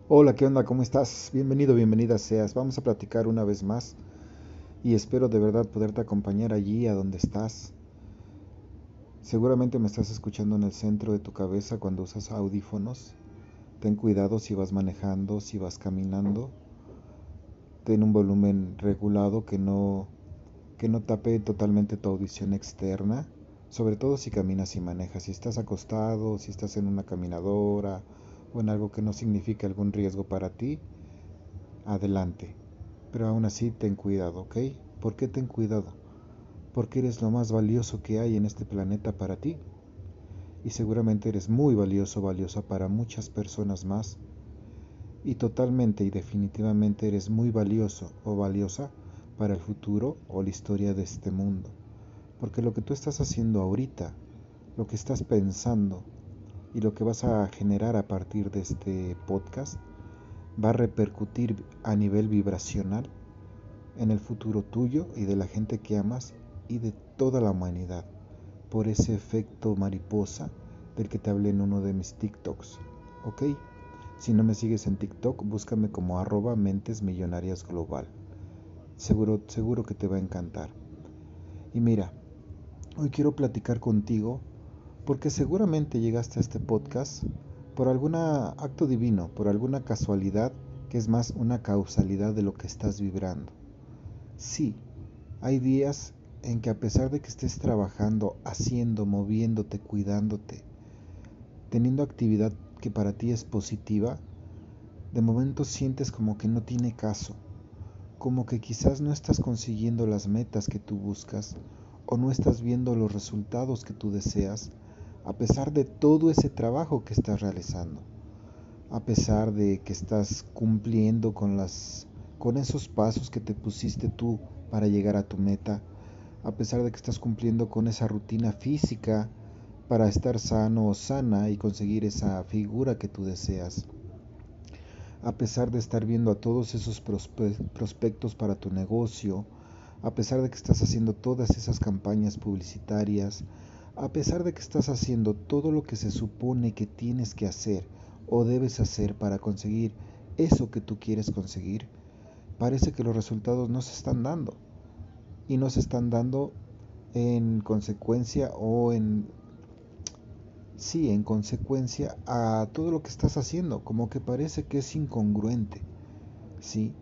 Hola, ¿qué onda? ¿Cómo estás? Bienvenido, bienvenida seas. Vamos a platicar una vez más y espero de verdad poderte acompañar allí a donde estás. Seguramente me estás escuchando en el centro de tu cabeza cuando usas audífonos. Ten cuidado si vas manejando, si vas caminando. Ten un volumen regulado que no tape totalmente tu audición externa. Sobre todo si caminas y manejas. Si estás acostado, si estás en una caminadora o en algo que no signifique algún riesgo para ti, adelante. Pero aún así ten cuidado, ¿ok? ¿Por qué ten cuidado? Porque eres lo más valioso que hay en este planeta para ti. Y seguramente eres muy valioso, valiosa para muchas personas más. Y totalmente y definitivamente eres muy valioso o valiosa para el futuro o la historia de este mundo. Porque lo que tú estás haciendo ahorita, lo que estás pensando y lo que vas a generar a partir de este podcast va a repercutir a nivel vibracional en el futuro tuyo y de la gente que amas y de toda la humanidad, por ese efecto mariposa del que te hablé en uno de mis TikToks. ¿Ok? Si no me sigues en TikTok, búscame como @mentesmillonariasglobal. Seguro que te va a encantar. Y mira, hoy quiero platicar contigo porque seguramente llegaste a este podcast por algún acto divino, por alguna casualidad que es más una causalidad de lo que estás vibrando. Sí, hay días en que a pesar de que estés trabajando, haciendo, moviéndote, cuidándote, teniendo actividad que para ti es positiva, de momento sientes como que no tiene caso, como que quizás no estás consiguiendo las metas que tú buscas o no estás viendo los resultados que tú deseas, a pesar de todo ese trabajo que estás realizando, a pesar de que estás cumpliendo con esos pasos que te pusiste tú para llegar a tu meta, a pesar de que estás cumpliendo con esa rutina física para estar sano o sana y conseguir esa figura que tú deseas, a pesar de estar viendo a todos esos prospectos para tu negocio, a pesar de que estás haciendo todas esas campañas publicitarias, a pesar de que estás haciendo todo lo que se supone que tienes que hacer o debes hacer para conseguir eso que tú quieres conseguir, parece que los resultados no se están dando. Y no se están dando en consecuencia o en sí, en consecuencia a todo lo que estás haciendo, como que parece que es incongruente, ¿sí?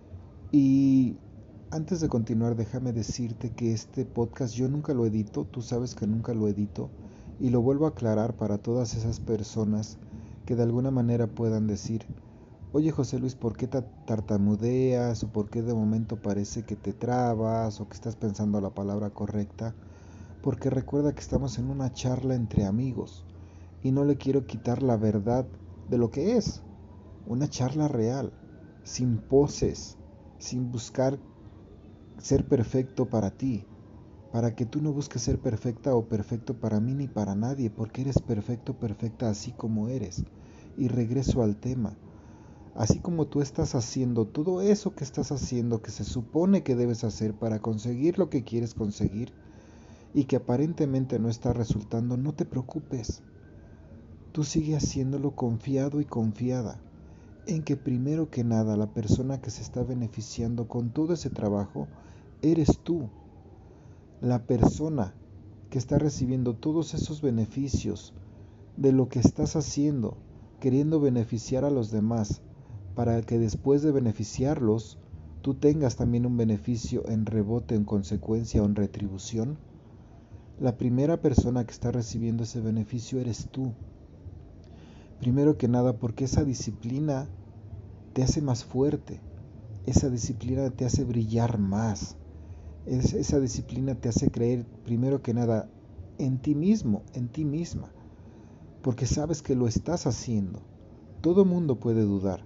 Y antes de continuar, déjame decirte que este podcast yo nunca lo edito, tú sabes que nunca lo edito, y lo vuelvo a aclarar para todas esas personas que de alguna manera puedan decir, oye José Luis, ¿por qué tartamudeas? ¿O por qué de momento parece que te trabas? ¿O que estás pensando la palabra correcta? Porque recuerda que estamos en una charla entre amigos y no le quiero quitar la verdad de lo que es una charla real, sin poses, sin buscar ser perfecto para ti, para que tú no busques ser perfecta o perfecto para mí ni para nadie, porque eres perfecto, perfecta así como eres. Y regreso al tema. Así como tú estás haciendo todo eso que estás haciendo, que se supone que debes hacer para conseguir lo que quieres conseguir y que aparentemente no está resultando, no te preocupes. Tú sigue haciéndolo confiado y confiada en que primero que nada la persona que se está beneficiando con todo ese trabajo eres tú, la persona que está recibiendo todos esos beneficios de lo que estás haciendo, queriendo beneficiar a los demás, para que después de beneficiarlos, tú tengas también un beneficio en rebote, en consecuencia o en retribución. La primera persona que está recibiendo ese beneficio eres tú. Primero que nada porque esa disciplina te hace más fuerte, esa disciplina te hace brillar más, esa disciplina te hace creer primero que nada en ti mismo, en ti misma, porque sabes que lo estás haciendo. Todo mundo puede dudar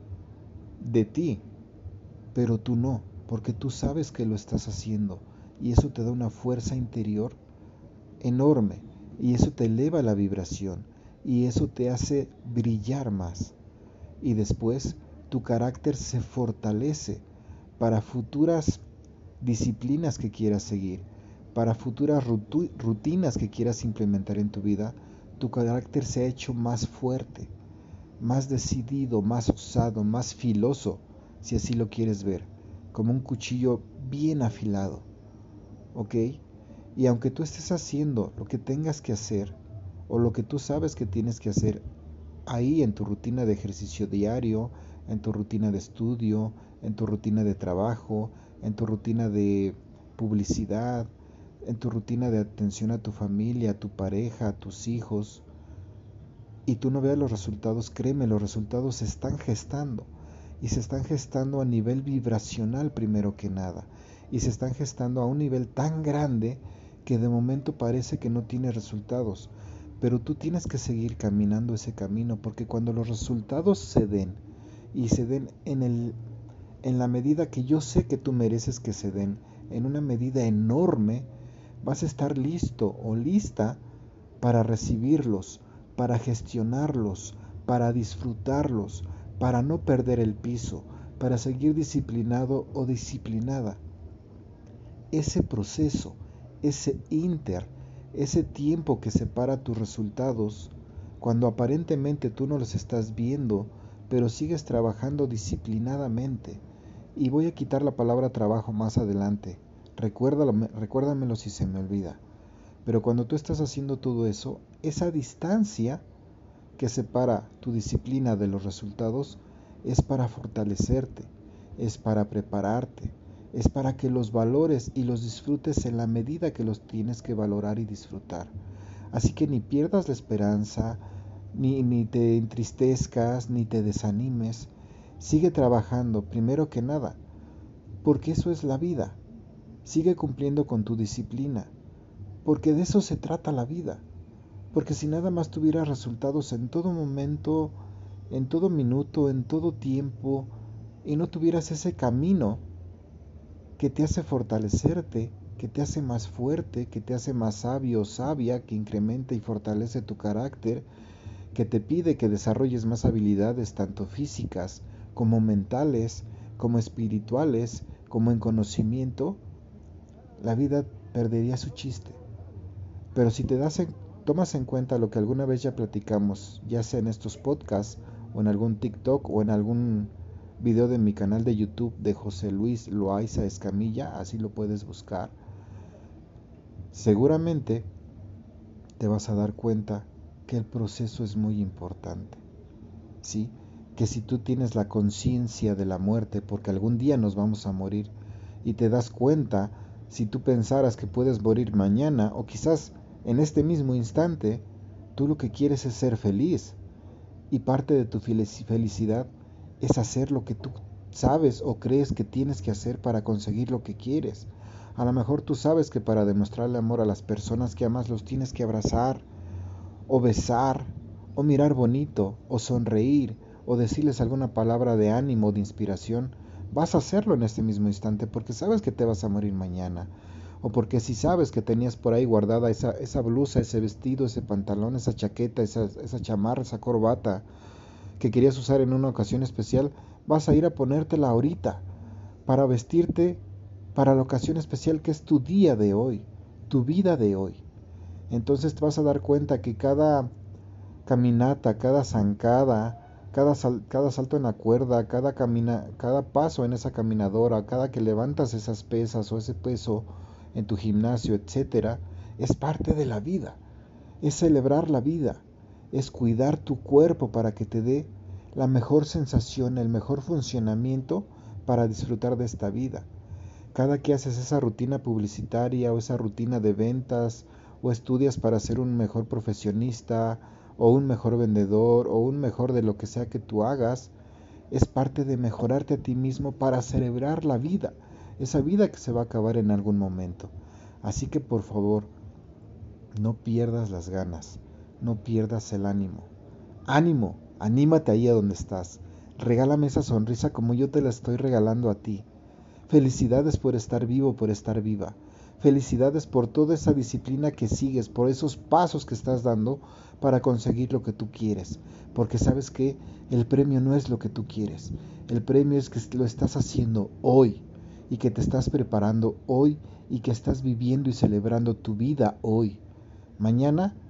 de ti, pero tú no, porque tú sabes que lo estás haciendo y eso te da una fuerza interior enorme y eso te eleva la vibración y eso te hace brillar más y después tu carácter se fortalece para futuras disciplinas que quieras seguir, para futuras rutinas que quieras implementar en tu vida. Tu carácter se ha hecho más fuerte más decidido, más osado, más filoso, si así lo quieres ver, como un cuchillo bien afilado, ¿ok? Y aunque tú estés haciendo lo que tengas que hacer, o lo que tú sabes que tienes que hacer ahí en tu rutina de ejercicio diario, en tu rutina de estudio, en tu rutina de trabajo, en tu rutina de publicidad, en tu rutina de atención a tu familia, a tu pareja, a tus hijos, y tú no veas los resultados, créeme, los resultados se están gestando. Y se están gestando a nivel vibracional primero que nada. Y se están gestando a un nivel tan grande que de momento parece que no tiene resultados. Pero tú tienes que seguir caminando ese camino, porque cuando los resultados se den, y se den en la medida que yo sé que tú mereces que se den, en una medida enorme, vas a estar listo o lista para recibirlos, para gestionarlos, para disfrutarlos, para no perder el piso, para seguir disciplinado o disciplinada. Ese proceso, ese tiempo que separa tus resultados, cuando aparentemente tú no los estás viendo, pero sigues trabajando disciplinadamente. Y voy a quitar la palabra trabajo más adelante. Recuérdamelo si se me olvida. Pero cuando tú estás haciendo todo eso, esa distancia que separa tu disciplina de los resultados es para fortalecerte, es para prepararte, es para que los valores y los disfrutes en la medida que los tienes que valorar y disfrutar. Así que ni pierdas la esperanza, ni te entristezcas, ni te desanimes. Sigue trabajando, primero que nada, porque eso es la vida. Sigue cumpliendo con tu disciplina, porque de eso se trata la vida. Porque si nada más tuvieras resultados en todo momento, en todo minuto, en todo tiempo, y no tuvieras ese camino que te hace fortalecerte, que te hace más fuerte, que te hace más sabio o sabia, que incrementa y fortalece tu carácter, que te pide que desarrolles más habilidades tanto físicas como mentales, como espirituales, como en conocimiento, la vida perdería su chiste. Pero si tomas en cuenta lo que alguna vez ya platicamos, ya sea en estos podcasts o en algún TikTok o en algún video de mi canal de YouTube de José Luis Loaiza Escamilla, así lo puedes buscar, seguramente te vas a dar cuenta que el proceso es muy importante, ¿sí? Que si tú tienes la conciencia de la muerte, porque algún día nos vamos a morir, y te das cuenta, si tú pensaras que puedes morir mañana, o quizás en este mismo instante, tú lo que quieres es ser feliz, y parte de tu felicidad es hacer lo que tú sabes o crees que tienes que hacer para conseguir lo que quieres. A lo mejor tú sabes que para demostrarle amor a las personas que amas los tienes que abrazar, o besar, o mirar bonito, o sonreír, o decirles alguna palabra de ánimo o de inspiración. Vas a hacerlo en este mismo instante porque sabes que te vas a morir mañana. O porque si sabes que tenías por ahí guardada esa blusa, ese vestido, ese pantalón, esa chaqueta, esa chamarra, esa corbata que querías usar en una ocasión especial, vas a ir a ponértela ahorita para vestirte para la ocasión especial que es tu día de hoy, tu vida de hoy. Entonces te vas a dar cuenta que cada caminata, cada zancada, cada salto en la cuerda, cada paso en esa caminadora, cada que levantas esas pesas o ese peso en tu gimnasio, etcétera, es parte de la vida. Es celebrar la vida, es cuidar tu cuerpo para que te dé la mejor sensación, el mejor funcionamiento para disfrutar de esta vida. Cada que haces esa rutina publicitaria o esa rutina de ventas o estudias para ser un mejor profesionista o un mejor vendedor o un mejor de lo que sea que tú hagas, es parte de mejorarte a ti mismo para celebrar la vida, esa vida que se va a acabar en algún momento. Así que por favor, no pierdas las ganas, no pierdas el ánimo. Ánimo, anímate ahí a donde estás. Regálame esa sonrisa como yo te la estoy regalando a ti. Felicidades por estar vivo, por estar viva. Felicidades por toda esa disciplina que sigues, por esos pasos que estás dando para conseguir lo que tú quieres. Porque sabes que el premio no es lo que tú quieres. El premio es que lo estás haciendo hoy y que te estás preparando hoy y que estás viviendo y celebrando tu vida hoy. Mañana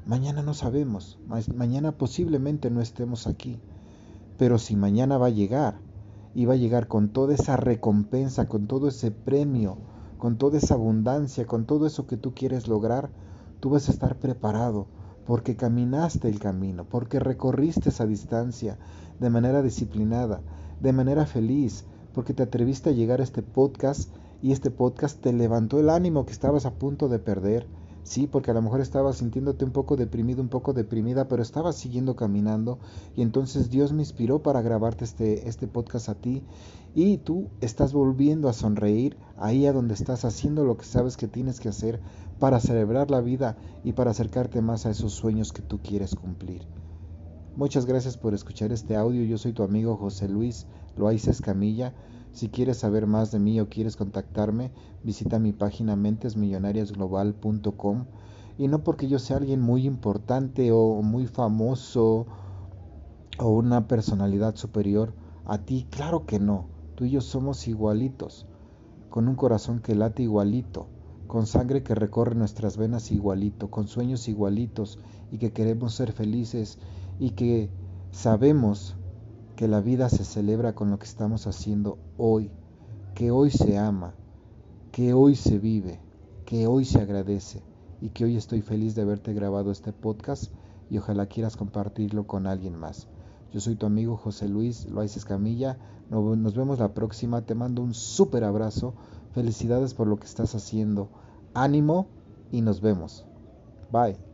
Mañana no sabemos, mañana posiblemente no estemos aquí, pero si mañana va a llegar, y va a llegar con toda esa recompensa, con todo ese premio, con toda esa abundancia, con todo eso que tú quieres lograr, tú vas a estar preparado porque caminaste el camino, porque recorriste esa distancia de manera disciplinada, de manera feliz, porque te atreviste a llegar a este podcast y este podcast te levantó el ánimo que estabas a punto de perder. Sí, porque a lo mejor estabas sintiéndote un poco deprimido, un poco deprimida, pero estabas siguiendo caminando y entonces Dios me inspiró para grabarte este podcast a ti y tú estás volviendo a sonreír ahí a donde estás haciendo lo que sabes que tienes que hacer para celebrar la vida y para acercarte más a esos sueños que tú quieres cumplir. Muchas gracias por escuchar este audio. Yo soy tu amigo José Luis Loaiza Escamilla. Si quieres saber más de mí o quieres contactarme, visita mi página mentesmillonariasglobal.com. Y no porque yo sea alguien muy importante o muy famoso o una personalidad superior a ti, claro que no. Tú y yo somos igualitos, con un corazón que late igualito, con sangre que recorre nuestras venas igualito, con sueños igualitos y que queremos ser felices y que sabemos que la vida se celebra con lo que estamos haciendo hoy, que hoy se ama, que hoy se vive, que hoy se agradece y que hoy estoy feliz de haberte grabado este podcast y ojalá quieras compartirlo con alguien más. Yo soy tu amigo José Luis Loaiza Escamilla. Nos vemos la próxima. Te mando un súper abrazo. Felicidades por lo que estás haciendo. Ánimo y nos vemos. Bye.